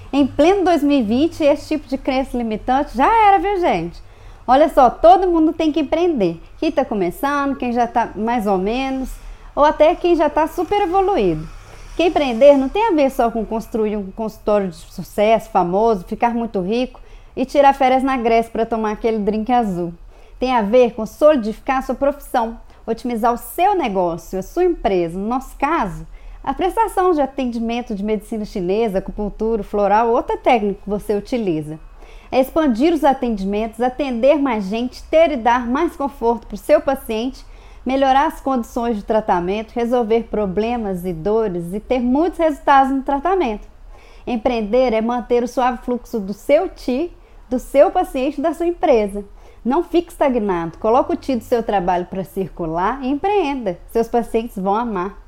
Em pleno 2020, esse tipo de crença limitante já era, viu, gente? Olha só, todo mundo tem que empreender. Quem está começando, quem já está mais ou menos, ou até quem já está super evoluído. Que empreender não tem a ver só com construir um consultório de sucesso, famoso, ficar muito rico e tirar férias na Grécia para tomar aquele drink azul. Tem a ver com solidificar a sua profissão, otimizar o seu negócio, a sua empresa. No nosso caso, a prestação de atendimento de medicina chinesa, acupuntura, floral ou outra técnica que você utiliza. É expandir os atendimentos, atender mais gente, ter e dar mais conforto para o seu paciente, melhorar as condições de tratamento, resolver problemas e dores e ter muitos resultados no tratamento. Empreender é manter o suave fluxo do seu TI, do seu paciente e da sua empresa. Não fique estagnado, coloque o TI do seu trabalho para circular e empreenda. Seus pacientes vão amar.